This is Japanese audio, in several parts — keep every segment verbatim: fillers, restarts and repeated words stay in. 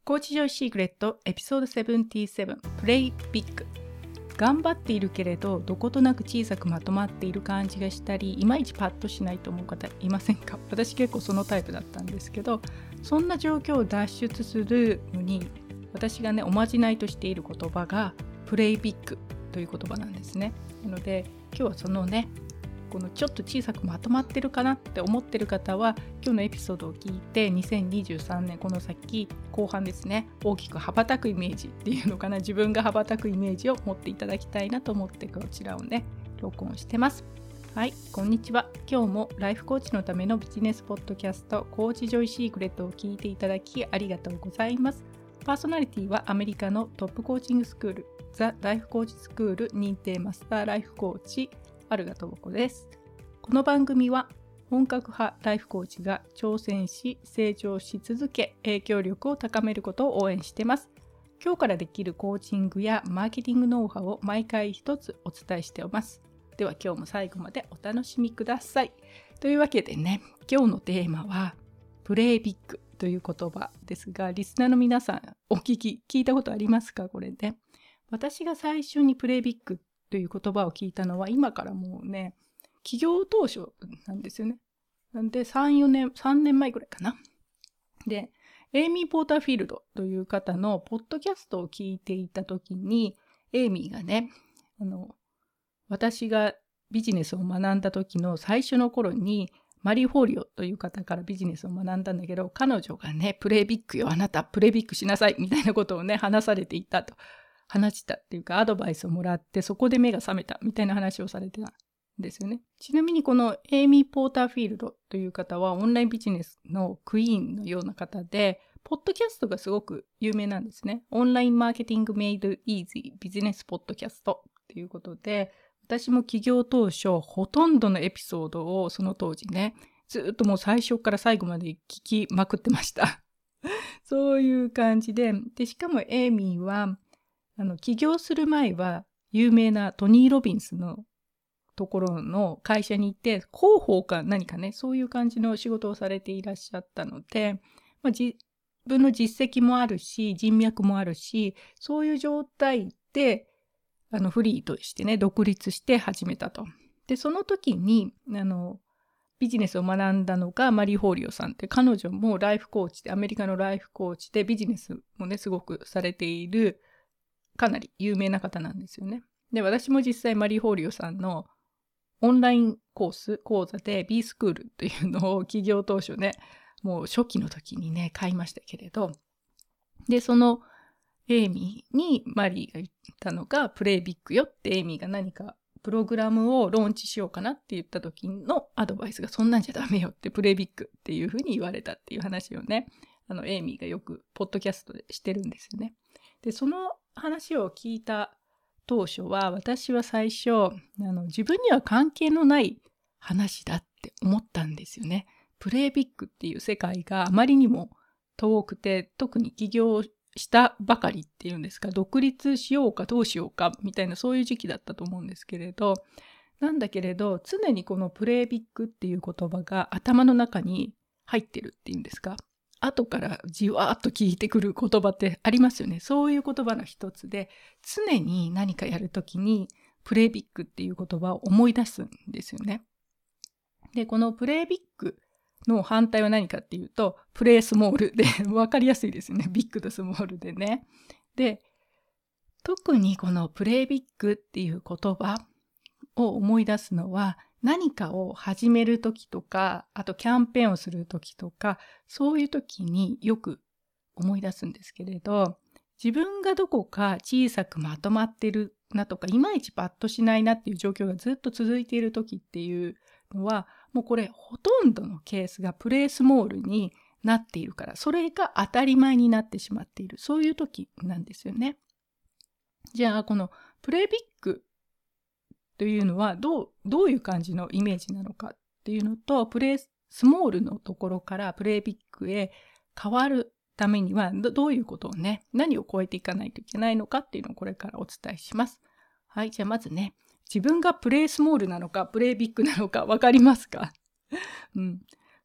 コーチジョイシークレットエピソードななじゅうななプレイビッグ。頑張っているけれどどことなく小さくまとまっている感じがしたり、いまいちパッとしないと思う方いませんか？私結構そのタイプだったんですけど、そんな状況を脱出するのに私がねおまじないとしている言葉がプレイビッグという言葉なんですね。なので今日はそのねこのちょっと小さくまとまってるかなって思ってる方は今日のエピソードを聞いてにせんにじゅうさんねんこの先後半ですね、大きく羽ばたくイメージっていうのかな、自分が羽ばたくイメージを持っていただきたいなと思ってこちらをね録音してます。はい、こんにちは。今日もライフコーチのためのビジネスポッドキャストコーチジョイシークレットを聞いていただきありがとうございます。パーソナリティはアメリカのトップコーチングスクールザ・ライフコーチスクール認定マスターライフコーチアルガトボコです。この番組は本格派ライフコーチが挑戦し成長し続け影響力を高めることを応援しています。今日からできるコーチングやマーケティングノウハウを毎回一つお伝えしています。では今日も最後までお楽しみください。というわけでね、今日のテーマはプレイビッグという言葉ですが、リスナーの皆さんお聞き聞いたことありますか？これね、私が最初にプレイビッグという言葉を聞いたのは今からもうね起業当初なんですよね。なんでさん、よねん、さんねんまえぐらいかな。で、エイミー・ポーターフィールドという方のポッドキャストを聞いていた時に、エイミーがね、あの、私がビジネスを学んだ時の最初の頃に、マリー・フォリオという方からビジネスを学んだんだけど、彼女がね、プレイビッグよ、あなた、プレイビッグしなさい、みたいなことをね、話されていたと。話したっていうか、アドバイスをもらって、そこで目が覚めた、みたいな話をされてた。ですよね。ちなみにこのエイミー・ポーターフィールドという方はオンラインビジネスのクイーンのような方で、ポッドキャストがすごく有名なんですね。オンラインマーケティングメイドイージービジネスポッドキャストということで、私も起業当初ほとんどのエピソードをその当時ね、ずっともう最初から最後まで聞きまくってました。そういう感じで、でしかもエイミーはあの起業する前は有名なトニー・ロビンスのところの会社に行って広報か何かねそういう感じの仕事をされていらっしゃったので、まあ、自分の実績もあるし人脈もあるし、そういう状態であのフリーとしてね独立して始めたと。でその時にあのビジネスを学んだのがマリー・ホーリオさんって、彼女もライフコーチでアメリカのライフコーチでビジネスもねすごくされているかなり有名な方なんですよね。で私も実際マリー・ホーリオさんのオンラインコース講座で B スクールというのを起業当初ねもう初期の時にね買いましたけれど、でそのエイミーにマリーが言ったのがプレイビッグよって、エイミーが何かプログラムをローンチしようかなって言った時のアドバイスが、そんなんじゃダメよってプレイビッグっていうふうに言われたっていう話をね、あのエイミーがよくポッドキャストでしてるんですよね。でその話を聞いた当初は私は最初あの自分には関係のない話だって思ったんですよね。プレイビッグっていう世界があまりにも遠くて、特に起業したばかりっていうんですか、独立しようかどうしようかみたいなそういう時期だったと思うんですけれど、なんだけれど常にこのプレイビッグっていう言葉が頭の中に入ってるっていうんですか、後からじわーっと聞いてくる言葉ってありますよね。そういう言葉の一つで、常に何かやるときにプレイビッグっていう言葉を思い出すんですよね。でこのプレイビッグの反対は何かっていうとプレイスモールで分かりやすいですよね。ビッグとスモールでね。で特にこのプレイビッグっていう言葉を思い出すのは、何かを始めるときとか、あとキャンペーンをするときとか、そういうときによく思い出すんですけれど、自分がどこか小さくまとまってるなとか、いまいちパッとしないなっていう状況がずっと続いているときっていうのは、もうこれほとんどのケースがプレイスモールになっているから、それが当たり前になってしまっている、そういうときなんですよね。じゃあこのプレイビッグというのはどう、どういう感じのイメージなのかっていうのと、プレイスモールのところからプレイビッグへ変わるためには ど, どういうことをね、何を超えていかないといけないのかっていうのをこれからお伝えします。はい、じゃあまずね、自分がプレイスモールなのかプレイビッグなのか分かりますか？うん、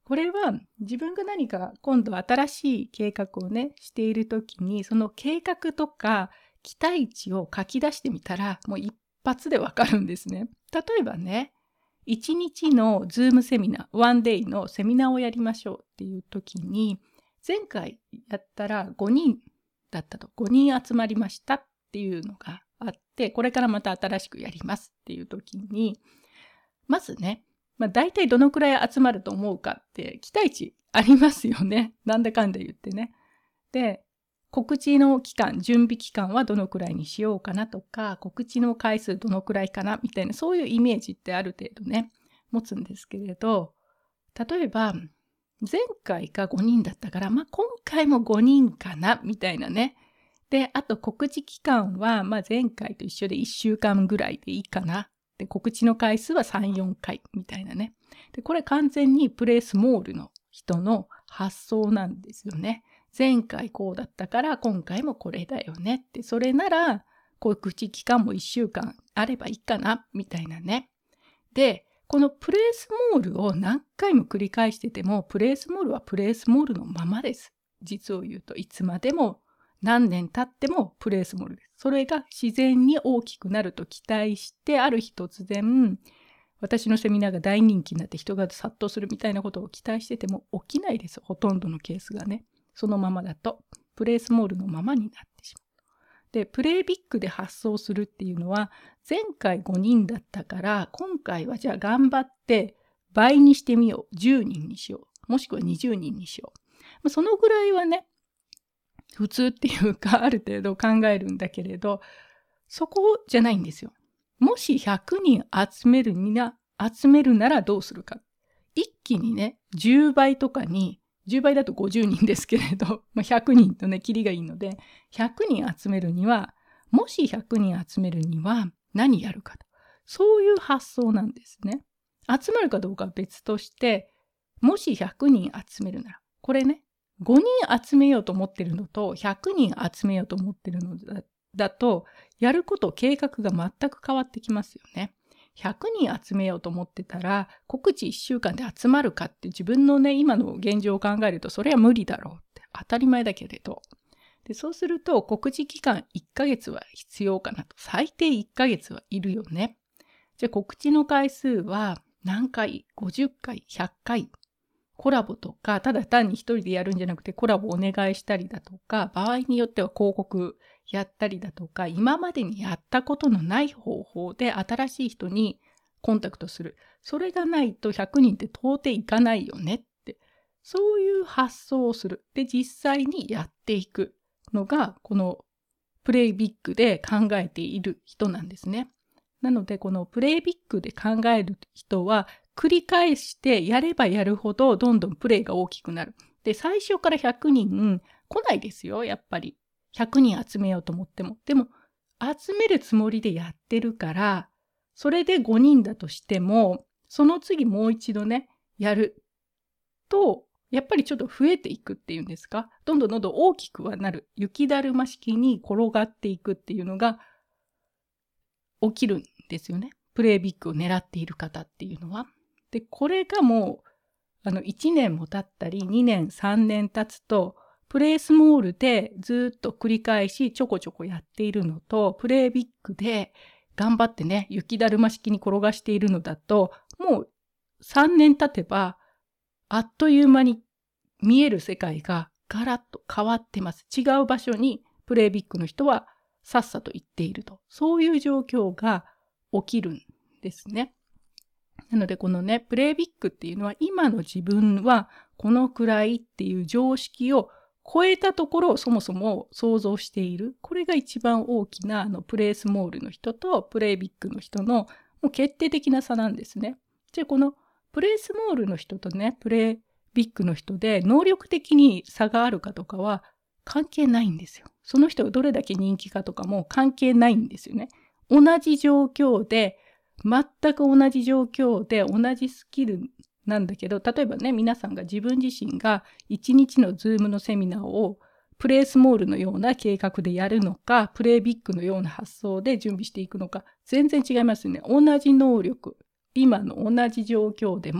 これは自分が何か今度新しい計画をね、しているときに、その計画とか期待値を書き出してみたら、もう一発でわかるんですね。例えばね、いちにちのズームセミナー、ワンデイのセミナーをやりましょうっていうときに、前回やったらごにんだったと、ごにん集まりましたっていうのがあって、これからまた新しくやりますっていうときに、まずね、まあ、大体どのくらい集まると思うかって期待値ありますよね。なんだかんだ言ってね。で、告知の期間、準備期間はどのくらいにしようかなとか、告知の回数どのくらいかなみたいな、そういうイメージってある程度ね、持つんですけれど、例えば、前回がごにんだったから、まあ、今回もごにんかなみたいなね。で、あと告知期間は、まあ、前回と一緒でいっしゅうかんぐらいでいいかな。で、告知の回数はさん、よんかいみたいなね。で、これ完全にプレイスモールの人の発想なんですよね。前回こうだったから今回もこれだよねって、それなら告知期間もいっしゅうかんあればいいかなみたいなね。で、このプレイスモールを何回も繰り返してても、プレイスモールはプレイスモールのままです。実を言うといつまでも何年経ってもプレイスモールです。それが自然に大きくなると期待して、ある日突然、私のセミナーが大人気になって人が殺到するみたいなことを期待してても起きないです。ほとんどのケースがね。そのままだと、プレイスモールのままになってしまう。で、プレイビッグで発送するっていうのは、前回ごにんだったから、今回はじゃあ頑張って倍にしてみよう。じゅうにんにしよう。もしくはにじゅうにんにしよう。そのぐらいはね、普通っていうか、ある程度考えるんだけれど、そこじゃないんですよ。もしひゃくにん集めるにな、集めるならどうするか。一気にね、じゅうばいとかに、じゅうばいだとごじゅうにんですけれど、まあ、ひゃくにんとね、キリがいいので、ひゃくにん集めるには、もしひゃくにん集めるには何やるかと。そういう発想なんですね。集まるかどうかは別として、もしひゃくにん集めるなら、これね、ごにん集めようと思ってるのと、ひゃくにん集めようと思ってるのだだと、やること、計画が全く変わってきますよね。ひゃくにん集めようと思ってたら、告知いっしゅうかんで集まるかって自分のね、今の現状を考えると、それは無理だろうって当たり前だけれど。で、そうすると、告知期間いっかげつは必要かなと。最低いっかげつはいるよね。じゃあ告知の回数は何回 ?ごじゅっかい、ひゃっかい。コラボとか、ただ単に一人でやるんじゃなくてコラボお願いしたりだとか、場合によっては広告やったりだとか、今までにやったことのない方法で新しい人にコンタクトする。それがないとひゃくにんって到底いかないよねって。そういう発想をする。で、実際にやっていくのが、このプレイビッグで考えている人なんですね。なので、このプレイビッグで考える人は、繰り返してやればやるほどどんどんプレイが大きくなる。で、最初からひゃくにん来ないですよ、やっぱり。ひゃくにん集めようと思っても。でも、集めるつもりでやってるから、それでごにんだとしても、その次もう一度ね、やると、やっぱりちょっと増えていくっていうんですか。どんどんどんどん大きくはなる。雪だるま式に転がっていくっていうのが起きるんですよね。プレイビッグを狙っている方っていうのは。で、これがもう、あの、いちねんも経ったり、にねん、さんねん経つと、プレイスモールでずっと繰り返しちょこちょこやっているのと、プレイビッグで頑張ってね、雪だるま式に転がしているのだと、もうさんねん経てば、あっという間に見える世界がガラッと変わってます。違う場所にプレイビッグの人はさっさと行っていると。そういう状況が起きるんですね。なのでこのね、プレイビッグっていうのは今の自分はこのくらいっていう常識を超えたところをそもそも想像している。これが一番大きなあのプレイスモールの人とプレイビッグの人のもう決定的な差なんですね。じゃあこのプレイスモールの人とね、プレイビッグの人で能力的に差があるかとかは関係ないんですよ。その人がどれだけ人気かとかも関係ないんですよね。同じ状況で、全く同じ状況で同じスキルなんだけど、例えばね、皆さんが自分自身がいちにちのズームのセミナーをプレイスモールのような計画でやるのか、プレイビッグのような発想で準備していくのか、全然違いますよね。同じ能力、今の同じ状況でも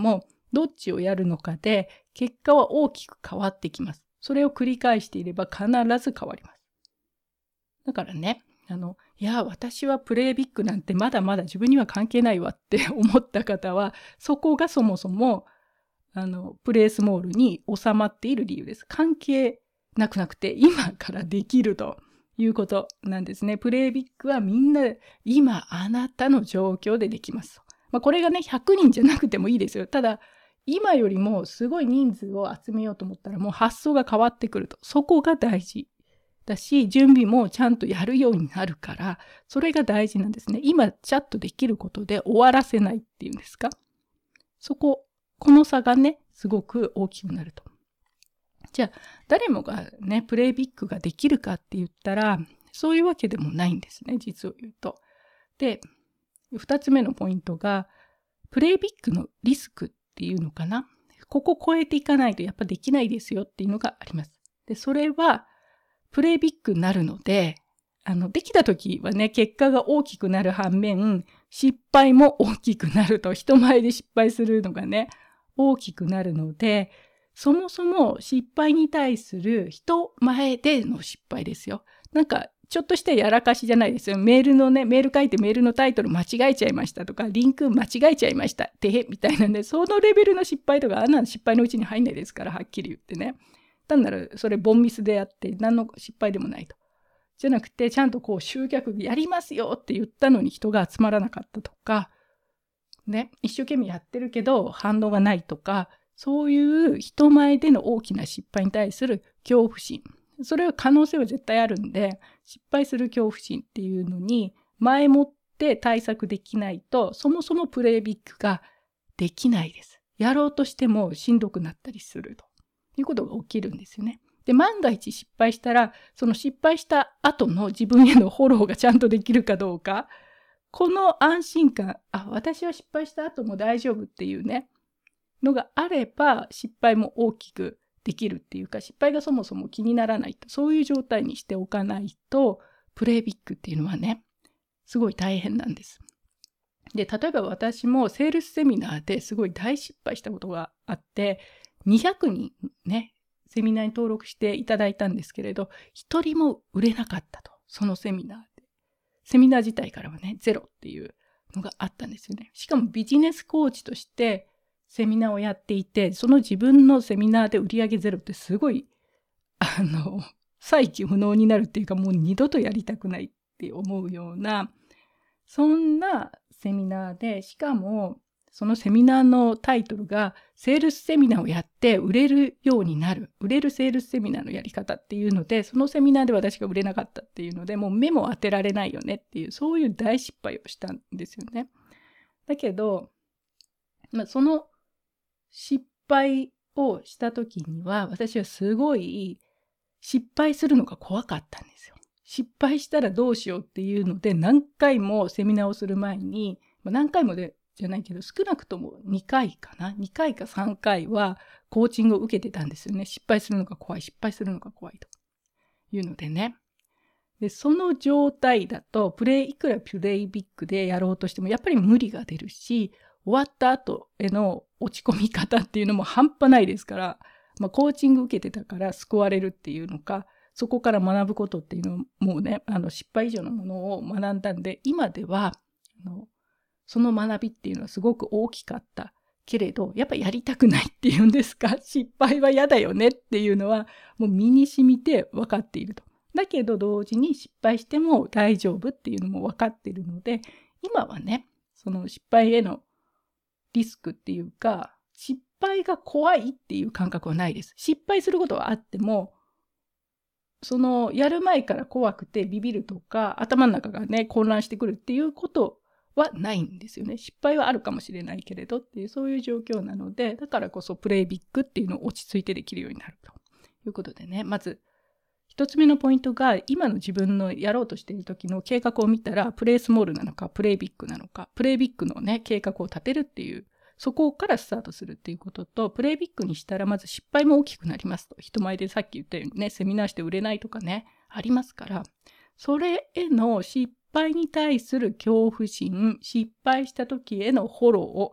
どっちをやるのかで結果は大きく変わってきます。それを繰り返していれば必ず変わります。だからね、あの、いや、私はプレイビッグなんてまだまだ自分には関係ないわって思った方は、そこがそもそも、あの、プレイスモールに収まっている理由です。関係なくなくて、今からできるということなんですね。プレイビッグはみんな、今あなたの状況でできます。まあ、これがね、ひゃくにんじゃなくてもいいですよ。ただ、今よりもすごい人数を集めようと思ったら、もう発想が変わってくると。そこが大事。だし、準備もちゃんとやるようになるから、それが大事なんですね。今、チャットできることで終わらせないっていうんですか。そこ、この差がね、すごく大きくなると。じゃあ、誰もがね、プレイビッグができるかって言ったら、そういうわけでもないんですね、実を言うと。で、二つ目のポイントが、プレイビッグのリスクっていうのかな。ここ超えていかないとやっぱできないですよっていうのがあります。で、それは、プレイビッグになるので、あの、できた時はね、結果が大きくなる反面、失敗も大きくなると、人前で失敗するのがね、大きくなるので、そもそも失敗に対する人前での失敗ですよ。なんか、ちょっとしたやらかしじゃないですよ。メールのね、メール書いてメールのタイトル間違えちゃいましたとか、リンク間違えちゃいました。てへ、みたいなんで、そのレベルの失敗とか、あんなの失敗のうちに入んないですから、はっきり言ってね。単なるそれボンミスであって何の失敗でもないと。じゃなくてちゃんとこう集客やりますよって言ったのに人が集まらなかったとか、ね、一生懸命やってるけど反応がないとか、そういう人前での大きな失敗に対する恐怖心。それは可能性は絶対あるんで、失敗する恐怖心っていうのに前もって対策できないと、そもそもプレイビッグができないです。やろうとしてもしんどくなったりすると。いうことが起きるんですよね。で、万が一失敗したら、その失敗した後の自分へのフォローがちゃんとできるかどうか、この安心感、あ、私は失敗した後も大丈夫っていうね、のがあれば、失敗も大きくできるっていうか、失敗がそもそも気にならないと、そういう状態にしておかないと、プレイビッグっていうのはね、すごい大変なんです。で、例えば私もセールスセミナーですごい大失敗したことがあって、にひゃくにんね、セミナーに登録していただいたんですけれど、一人も売れなかったと。そのセミナーで。セミナー自体からはね、ゼロっていうのがあったんですよね。しかもビジネスコーチとしてセミナーをやっていて、その自分のセミナーで売り上げゼロってすごい、あの、再起不能になるっていうか、もう二度とやりたくないって思うような、そんなセミナーで、しかも、そのセミナーのタイトルがセールスセミナーをやって売れるようになる。売れるセールスセミナーのやり方っていうので、そのセミナーで私が売れなかったっていうので、もう目も当てられないよねっていう、そういう大失敗をしたんですよね。だけど、まあ、その失敗をした時には、私はすごい失敗するのが怖かったんですよ。失敗したらどうしようっていうので、何回もセミナーをする前に、まあ、何回もで、じゃないけど少なくともにかいかなにかいかさんかいはコーチングを受けてたんですよね。失敗するのが怖い失敗するのが怖いというのでね。でその状態だとプレイいくらプレイビッグでやろうとしてもやっぱり無理が出るし、終わった後への落ち込み方っていうのも半端ないですから、まあ、コーチング受けてたから救われるっていうのか、そこから学ぶことっていうのもうね、あの失敗以上のものを学んだんで、今ではあのその学びっていうのはすごく大きかったけれど、やっぱやりたくないっていうんですか、失敗は嫌だよねっていうのはもう身に染みて分かっていると。だけど同時に失敗しても大丈夫っていうのも分かっているので、今はね、その失敗へのリスクっていうか、失敗が怖いっていう感覚はないです。失敗することはあっても、そのやる前から怖くてビビるとか、頭の中がね、混乱してくるっていうことはないんですよね。失敗はあるかもしれないけれどっていう、そういう状況なので、だからこそプレイビッグっていうのを落ち着いてできるようになるということでね、まず一つ目のポイントが、今の自分のやろうとしている時の計画を見たら、プレイスモールなのかプレイビッグなのか、プレイビッグのね計画を立てるっていう、そこからスタートするっていうことと、プレイビッグにしたらまず失敗も大きくなりますと。人前でさっき言ったようにね、セミナーして売れないとかね、ありますから、それへの失敗に対する恐怖心、失敗した時へのフォロ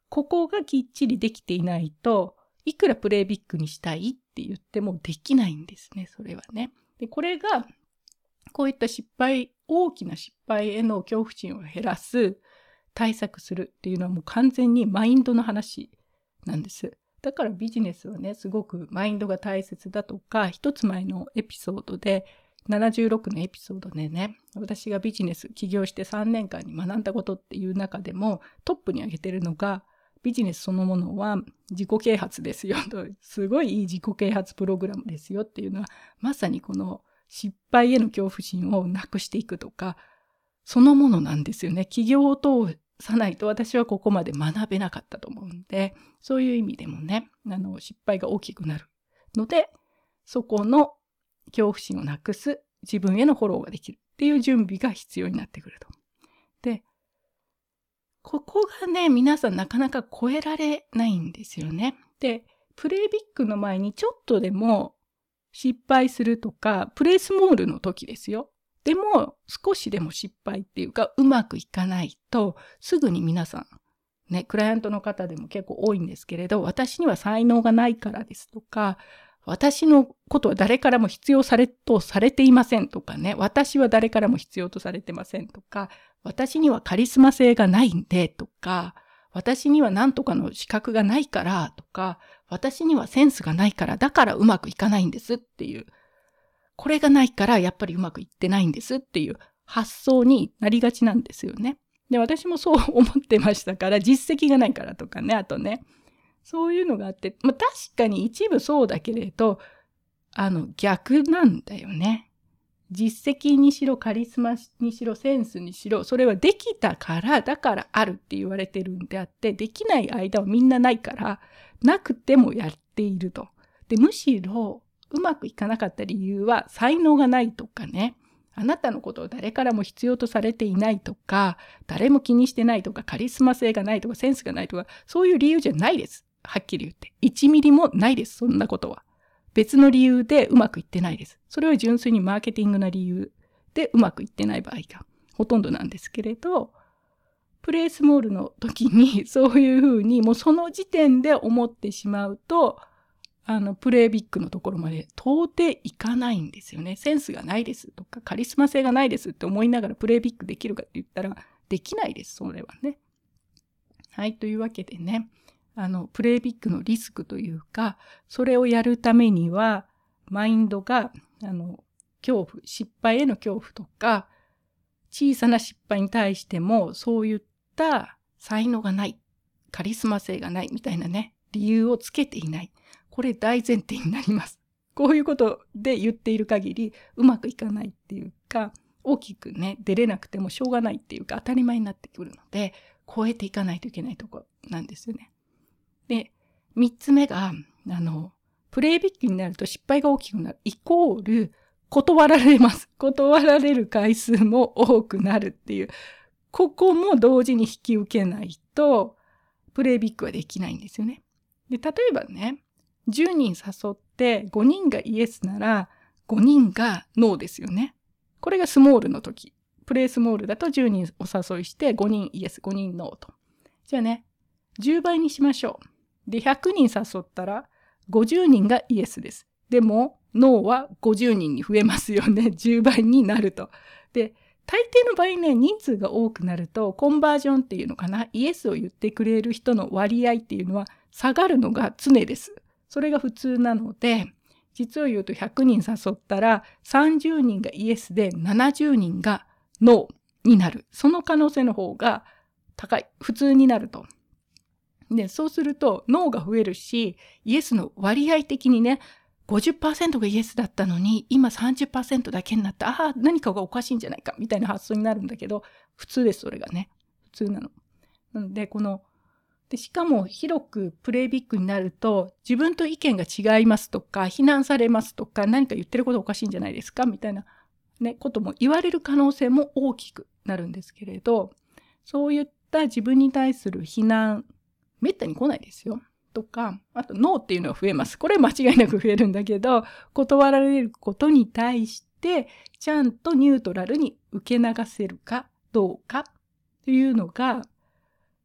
ここがきっちりできていないと、いくらプレイビッグにしたいって言ってもできないんですね、それはね。で、これが、こういった失敗、大きな失敗への恐怖心を減らす、対策するっていうのはもう完全にマインドの話なんです。だからビジネスはね、すごくマインドが大切だとか、一つ前のエピソードで、ななじゅうろくのエピソードでね、私がビジネス起業してさんねんかんに学んだことっていう中でもトップに挙げてるのが、ビジネスそのものは自己啓発ですよと、すごいいい自己啓発プログラムですよっていうのは、まさにこの失敗への恐怖心をなくしていくとか、そのものなんですよね。起業を通さないと私はここまで学べなかったと思うんで、そういう意味でもね、あの失敗が大きくなるので、そこの恐怖心をなくす、自分へのフォローができるっていう準備が必要になってくると。で、ここがね、皆さんなかなか超えられないんですよね。で、プレイビッグの前にちょっとでも失敗するとか、プレイスモールの時ですよ。でも少しでも失敗っていうかうまくいかないとすぐに皆さんね、クライアントの方でも結構多いんですけれど、私には才能がないからですとか、私のことは誰からも必要されとされていませんとかね、私は誰からも必要とされてませんとか、私にはカリスマ性がないんでとか、私には何とかの資格がないからとか、私にはセンスがないからだからうまくいかないんですっていう、これがないからやっぱりうまくいってないんですっていう発想になりがちなんですよね。で、私もそう思ってましたから、実績がないからとかね、あとね、そういうのがあって、まあ確かに一部そうだけれど、あの逆なんだよね。実績にしろカリスマにしろセンスにしろ、それはできたからだからあるって言われてるんであって、できない間はみんなないから、なくてもやっていると。で、むしろうまくいかなかった理由は才能がないとかね、あなたのことを誰からも必要とされていないとか、誰も気にしてないとか、カリスマ性がないとか、センスがないとか、そういう理由じゃないです。はっきり言って。いちミリもないです、そんなことは。別の理由でうまくいってないです。それは純粋にマーケティングな理由でうまくいってない場合がほとんどなんですけれど、プレイスモールの時にそういうふうにもうその時点で思ってしまうと、あのプレイビッグのところまで到底いかないんですよね。センスがないですとかカリスマ性がないですって思いながらプレイビッグできるかって言ったらできないです、それはね。はい、というわけでね、あのプレイビッグのリスクというか、それをやるためにはマインドがあの恐怖、失敗への恐怖とか、小さな失敗に対してもそういった才能がない、カリスマ性がないみたいなね、理由をつけていない。これ大前提になります。こういうことで言っている限りうまくいかないっていうか、大きくね出れなくてもしょうがないっていうか当たり前になってくるので、超えていかないといけないところなんですよね。で、三つ目が、あの、プレイビッグになると失敗が大きくなる。イコール、断られます。断られる回数も多くなるっていう。ここも同時に引き受けないと、プレイビッグはできないんですよね。で、例えばね、じゅうにん誘ってごにんがイエスならごにんがノーですよね。これがスモールの時。プレイスモールだとじゅうにんお誘いしてごにんイエス、ごにんノーと。じゃあね、じゅうばいにしましょう。で、ひゃくにん誘ったらごじゅうにんがイエスです。でも、ノーはごじゅうにんに増えますよね。じゅうばいになると。で、大抵の場合ね、人数が多くなると、コンバージョンっていうのかな、イエスを言ってくれる人の割合っていうのは下がるのが常です。それが普通なので、実を言うとひゃくにん誘ったらさんじゅうにんがイエスでななじゅうにんがノーになる。その可能性の方が高い。普通になると。で、そうするとノーが増えるし、イエスの割合的にね、ごじゅっパーセント がイエスだったのに、今 さんじゅっパーセント だけになった。ああ、何かがおかしいんじゃないか、みたいな発想になるんだけど、普通です、それがね。普通なの。なので、この、で、しかも広くプレイビッグになると、自分と意見が違いますとか、非難されますとか、何か言ってることおかしいんじゃないですか、みたいな、ね、ことも言われる可能性も大きくなるんですけれど、そういった自分に対する非難、めったに来ないですよ。とか、あとノーっていうのは増えます。これ間違いなく増えるんだけど、断られることに対してちゃんとニュートラルに受け流せるかどうかっていうのが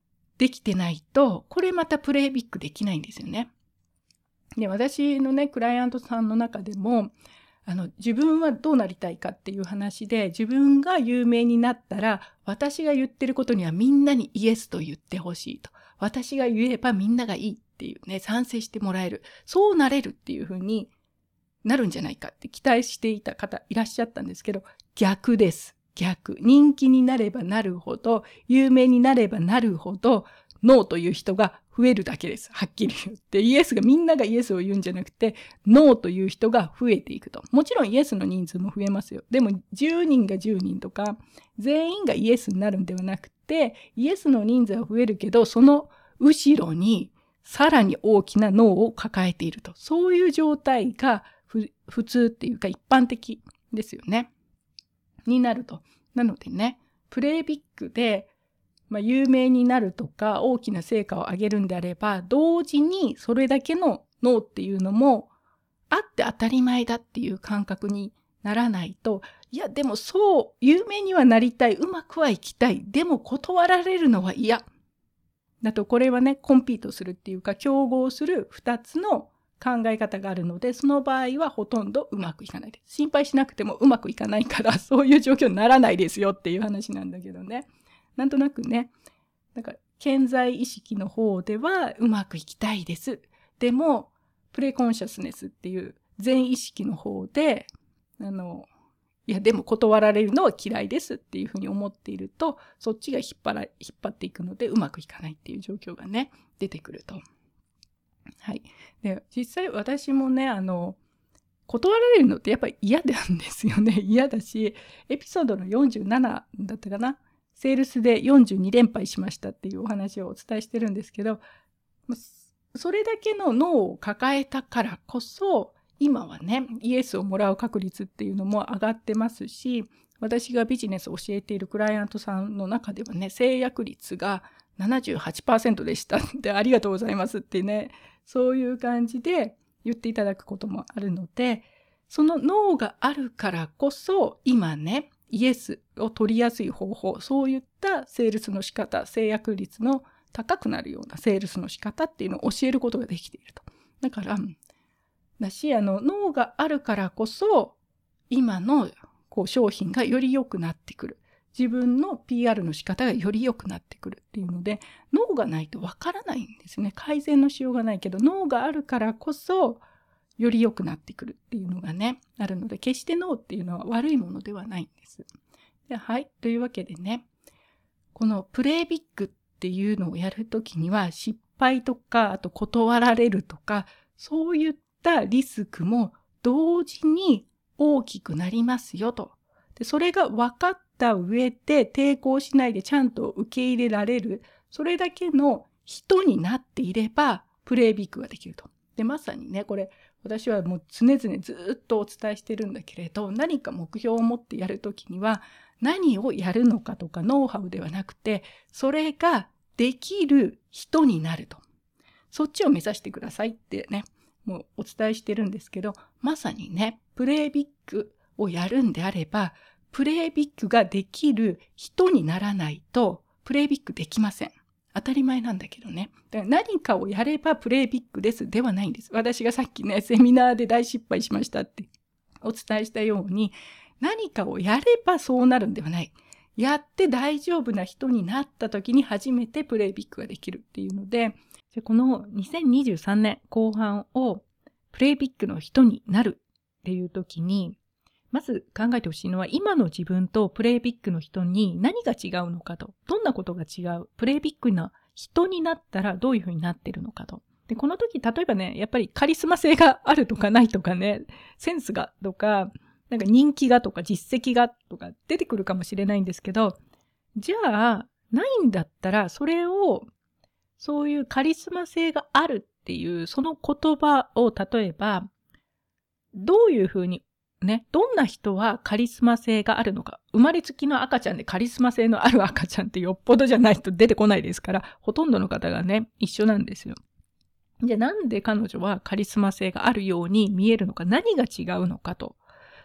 できてないと、これまたプレイビッグできないんですよね。で、私のね、クライアントさんの中でも、あの、自分はどうなりたいかっていう話で、自分が有名になったら、私が言ってることにはみんなにイエスと言ってほしいと。私が言えばみんながいいっていうね、賛成してもらえる。そうなれるっていう風になるんじゃないかって期待していた方いらっしゃったんですけど、逆です。逆。人気になればなるほど、有名になればなるほど、ノーという人が増えるだけです。はっきり言って。イエスが、みんながイエスを言うんじゃなくて、ノーという人が増えていくと。もちろんイエスの人数も増えますよ。でもじゅうにんがじゅうにんとか、全員がイエスになるんではなくて、イエスの人数は増えるけど、その後ろにさらに大きなノーを抱えていると。そういう状態が普通っていうか一般的ですよね。になると。なのでね、プレイビッグで、まあ、有名になるとか大きな成果を上げるんであれば、同時にそれだけのノーっていうのもあって当たり前だっていう感覚にならないと、いやでもそう有名にはなりたい、うまくはいきたい、でも断られるのは嫌だと、これはねコンピートするっていうか競合するふたつの考え方があるので、その場合はほとんどうまくいかないです。心配しなくてもうまくいかないからそういう状況にならないですよっていう話なんだけどね。なんとなくね、なんか潜在意識の方ではうまくいきたいです。でもプレコンシャスネスっていう全意識の方で、あのいやでも断られるのは嫌いですっていうふうに思っていると、そっちが引っ張ら引っ張っていくのでうまくいかないっていう状況がね出てくると。はい。で、実際私もね、あの断られるのってやっぱり嫌なんですよね。嫌だし、エピソードのよんじゅうななだったかな。セールスでよんじゅうに連敗しましたっていうお話をお伝えしてるんですけど、それだけのノーを抱えたからこそ、今はね、イエスをもらう確率っていうのも上がってますし、私がビジネスを教えているクライアントさんの中ではね、制約率が ななじゅうはちパーセント でしたってありがとうございますってね、そういう感じで言っていただくこともあるので、そのノーがあるからこそ今ね、イエスを取りやすい方法、そういったセールスの仕方、制約率の高くなるようなセールスの仕方っていうのを教えることができていると。だからだし、あのノーがあるからこそ今のこう商品がより良くなってくる。自分の ピーアール の仕方がより良くなってくるっていうので、ノーがないとわからないんですね。改善のしようがないけど、ノーがあるからこそより良くなってくるっていうのがね、あるので、決してノーっていうのは悪いものではないんです。で、はい。というわけでね、このプレイビッグっていうのをやるときには、失敗とか、あと断られるとか、そういったリスクも同時に大きくなりますよと。で、それが分かった上で抵抗しないでちゃんと受け入れられる、それだけの人になっていれば、プレイビッグができると。で、まさにね、これ、私はもう常々ずっとお伝えしてるんだけれど、何か目標を持ってやるときには、何をやるのかとかノウハウではなくて、それができる人になると。そっちを目指してくださいってね、もうお伝えしてるんですけど、まさにね、プレイビッグをやるんであれば、プレイビッグができる人にならないと、プレイビッグできません。当たり前なんだけどね。だから何かをやればプレイビッグですではないんです。私がさっきね、セミナーで大失敗しましたってお伝えしたように、何かをやればそうなるんではない。やって大丈夫な人になった時に初めてプレイビッグができるっていうので、このにせんにじゅうさんねん後半をプレイビッグの人になるっていう時に、まず考えてほしいのは、今の自分とプレイビッグの人に何が違うのかと。どんなことが違う。プレイビッグな人になったらどういうふうになってるのかと。で、この時、例えばね、やっぱりカリスマ性があるとかないとかね、センスがとか、なんか人気がとか実績がとか出てくるかもしれないんですけど、じゃあ、ないんだったら、それを、そういうカリスマ性があるっていう、その言葉を例えば、どういうふうにね、どんな人はカリスマ性があるのか。生まれつきの赤ちゃんでカリスマ性のある赤ちゃんってよっぽどじゃないと出てこないですから、ほとんどの方がね、一緒なんですよ。じゃあなんで彼女はカリスマ性があるように見えるのか、何が違うのかと。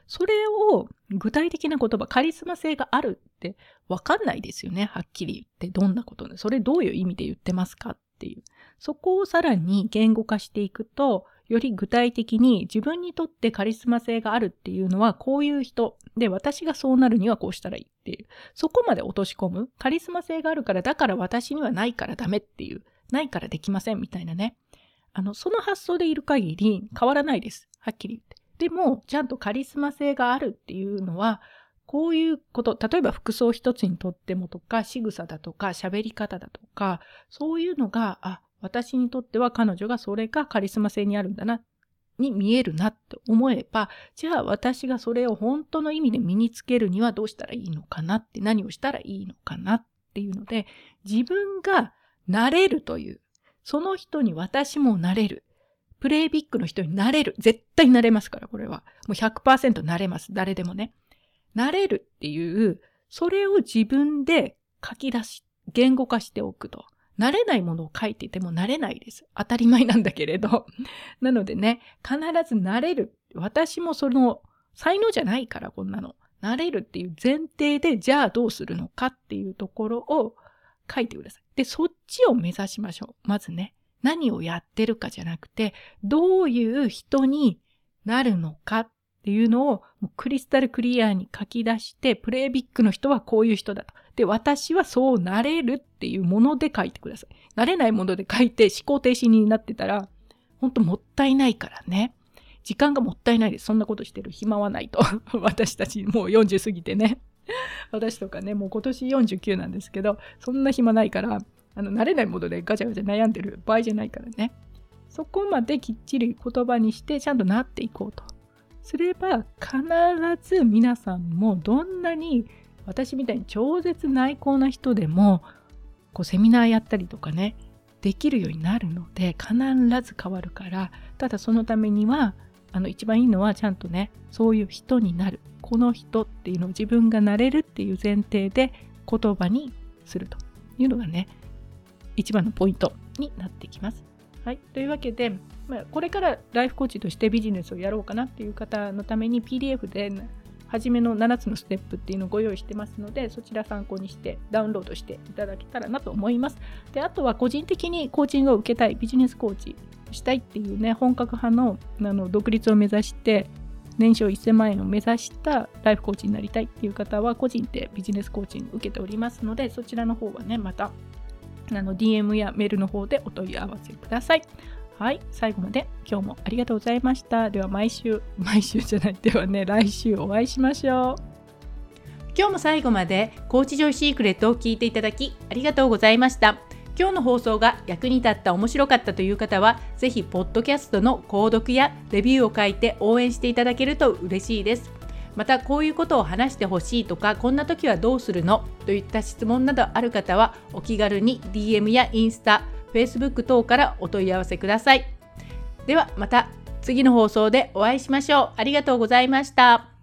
それを具体的な言葉、カリスマ性があるって分かんないですよね。はっきり言ってどんなことで、それどういう意味で言ってますかっていう。そこをさらに言語化していくと、より具体的に自分にとってカリスマ性があるっていうのはこういう人で、私がそうなるにはこうしたらいいっていう。そこまで落とし込む。カリスマ性があるから、だから私にはないからダメっていう。ないからできませんみたいなね。あの、その発想でいる限り変わらないです。はっきり言って。でも、ちゃんとカリスマ性があるっていうのは、こういうこと、例えば服装一つにとってもとか、仕草だとか、喋り方だとか、そういうのが、あ、私にとっては彼女がそれがカリスマ性にあるんだな、に見えるなって思えば、じゃあ私がそれを本当の意味で身につけるにはどうしたらいいのかなって、何をしたらいいのかなっていうので、自分がなれるという、その人に私もなれる。プレイビッグの人になれる。絶対なれますから、これは。もう ひゃくパーセント なれます。誰でもね。なれるっていう、それを自分で書き出し、言語化しておくと。なれないものを書いていてもなれないです。当たり前なんだけれど。なのでね、必ずなれる。私もその才能じゃないから、こんなの。なれるっていう前提で、じゃあどうするのかっていうところを書いてください。で、そっちを目指しましょう。まずね。何をやってるかじゃなくて、どういう人になるのかっていうのをもうクリスタルクリアに書き出して、プレイビッグの人はこういう人だと。で、私はそうなれるっていうもので書いてください。なれないもので書いて思考停止になってたら、ほんともったいないからね。時間がもったいないです。そんなことしてる暇はないと。私たちもうよんじゅう過ぎてね。私とかね、もう今年よんじゅうきゅうなんですけど、そんな暇ないから、あの、慣れないものでガチャガチャ悩んでる場合じゃないからね。そこまできっちり言葉にしてちゃんとなっていこうと。すれば必ず皆さんもどんなに私みたいに超絶内向な人でもこうセミナーやったりとかね、できるようになるので必ず変わるから、ただそのためにはあの一番いいのはちゃんとね、そういう人になる。この人っていうのを自分がなれるっていう前提で言葉にするというのがね、一番のポイントになってきます。はい。というわけで、まあ、これからライフコーチとしてビジネスをやろうかなっていう方のために ピーディーエフ で初めのななつのステップっていうのをご用意してますので、そちら参考にしてダウンロードしていただけたらなと思います。で、あとは個人的にコーチングを受けたい、ビジネスコーチしたいっていうね、本格派の、あの独立を目指して年商せんまんえんを目指したライフコーチになりたいっていう方は個人でビジネスコーチング受けておりますので、そちらの方はね、またあの ディーエム やメールの方でお問い合わせください。はい、最後まで今日もありがとうございました。では毎週、毎週じゃない、ではね、来週お会いしましょう。今日も最後までコーチジョイシークレットを聞いていただきありがとうございました。今日の放送が役に立った、面白かったという方は、ぜひポッドキャストの購読やレビューを書いて応援していただけると嬉しいです。またこういうことを話してほしいとか、こんな時はどうするのといった質問などある方はお気軽に ディーエム やインスタ、Facebook 等からお問い合わせください。ではまた次の放送でお会いしましょう。ありがとうございました。